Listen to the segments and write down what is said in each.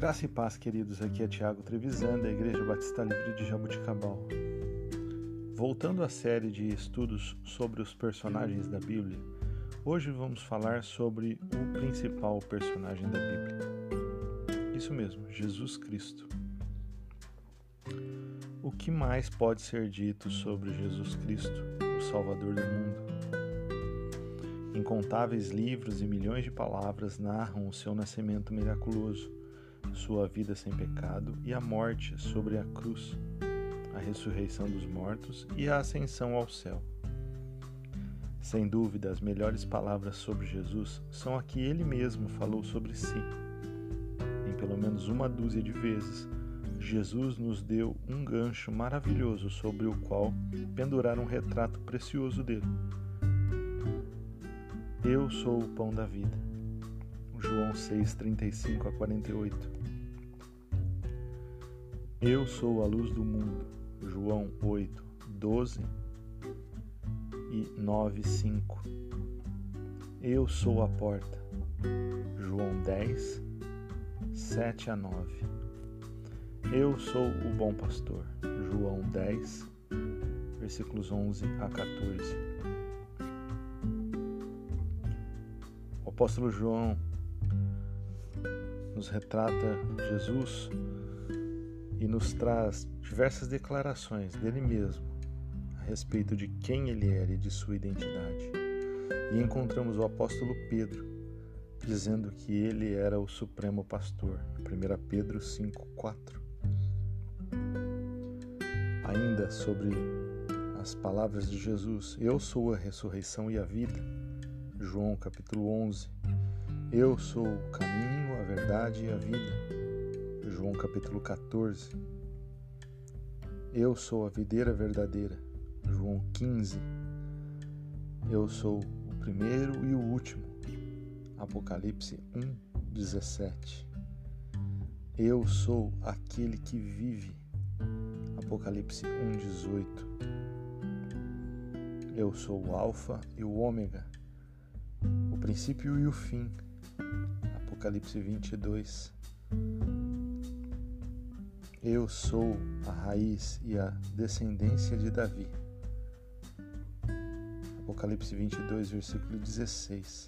Graça e paz, queridos. Aqui é Tiago Trevisan, da Igreja Batista Livre de Jaboticabal. Voltando à série de estudos sobre os personagens da Bíblia, hoje vamos falar sobre o principal personagem da Bíblia. Isso mesmo, Jesus Cristo. O que mais pode ser dito sobre Jesus Cristo, o Salvador do mundo? Incontáveis livros e milhões de palavras narram o seu nascimento miraculoso, sua vida sem pecado e a morte sobre a cruz, a ressurreição dos mortos e a ascensão ao céu. Sem dúvida, as melhores palavras sobre Jesus são a que ele mesmo falou sobre si. Em pelo menos uma dúzia de vezes, Jesus nos deu um gancho maravilhoso sobre o qual pendurar um retrato precioso dele. Eu sou o pão da vida. João 6:35-48. Eu sou a luz do mundo. João 8:12 e 9:5. Eu sou a porta. João 10:7-9. Eu sou o bom pastor. João 10, versículos 11-14. O apóstolo João nos retrata Jesus e nos traz diversas declarações dele mesmo a respeito de quem ele era e de sua identidade. E encontramos o apóstolo Pedro dizendo que ele era o supremo pastor, 1 Pedro 5:4. Ainda sobre as palavras de Jesus, eu sou a ressurreição e a vida, João capítulo 11. Eu sou o caminho, a verdade e a vida, João capítulo 14. Eu sou a videira verdadeira, João 15. Eu sou o primeiro e o último, Apocalipse 1:17. Eu sou aquele que vive, Apocalipse 1:18. Eu sou o Alfa e o Ômega, o princípio e o fim, Apocalipse 22. Eu sou a raiz e a descendência de Davi, Apocalipse 22, versículo 16.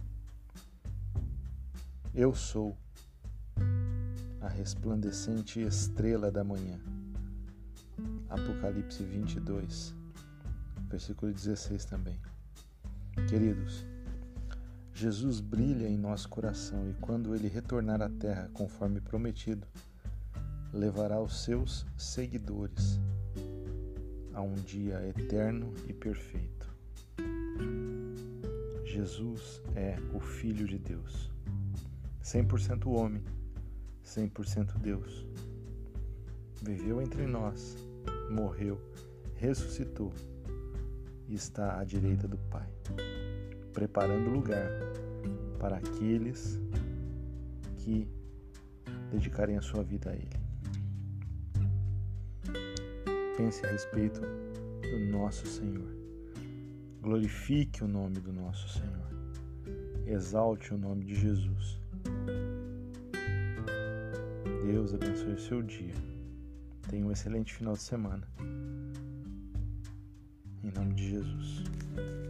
Eu sou a resplandecente estrela da manhã, Apocalipse 22, versículo 16 também. Queridos, Jesus brilha em nosso coração e quando ele retornar à terra conforme prometido, levará os seus seguidores a um dia eterno e perfeito. Jesus é o Filho de Deus, 100% homem, 100% Deus. Viveu entre nós, morreu, ressuscitou e está à direita do Pai, preparando lugar para aqueles que dedicarem a sua vida a Ele. Pense a respeito do nosso Senhor. Glorifique o nome do nosso Senhor. Exalte o nome de Jesus. Deus abençoe o seu dia. Tenha um excelente final de semana. Em nome de Jesus.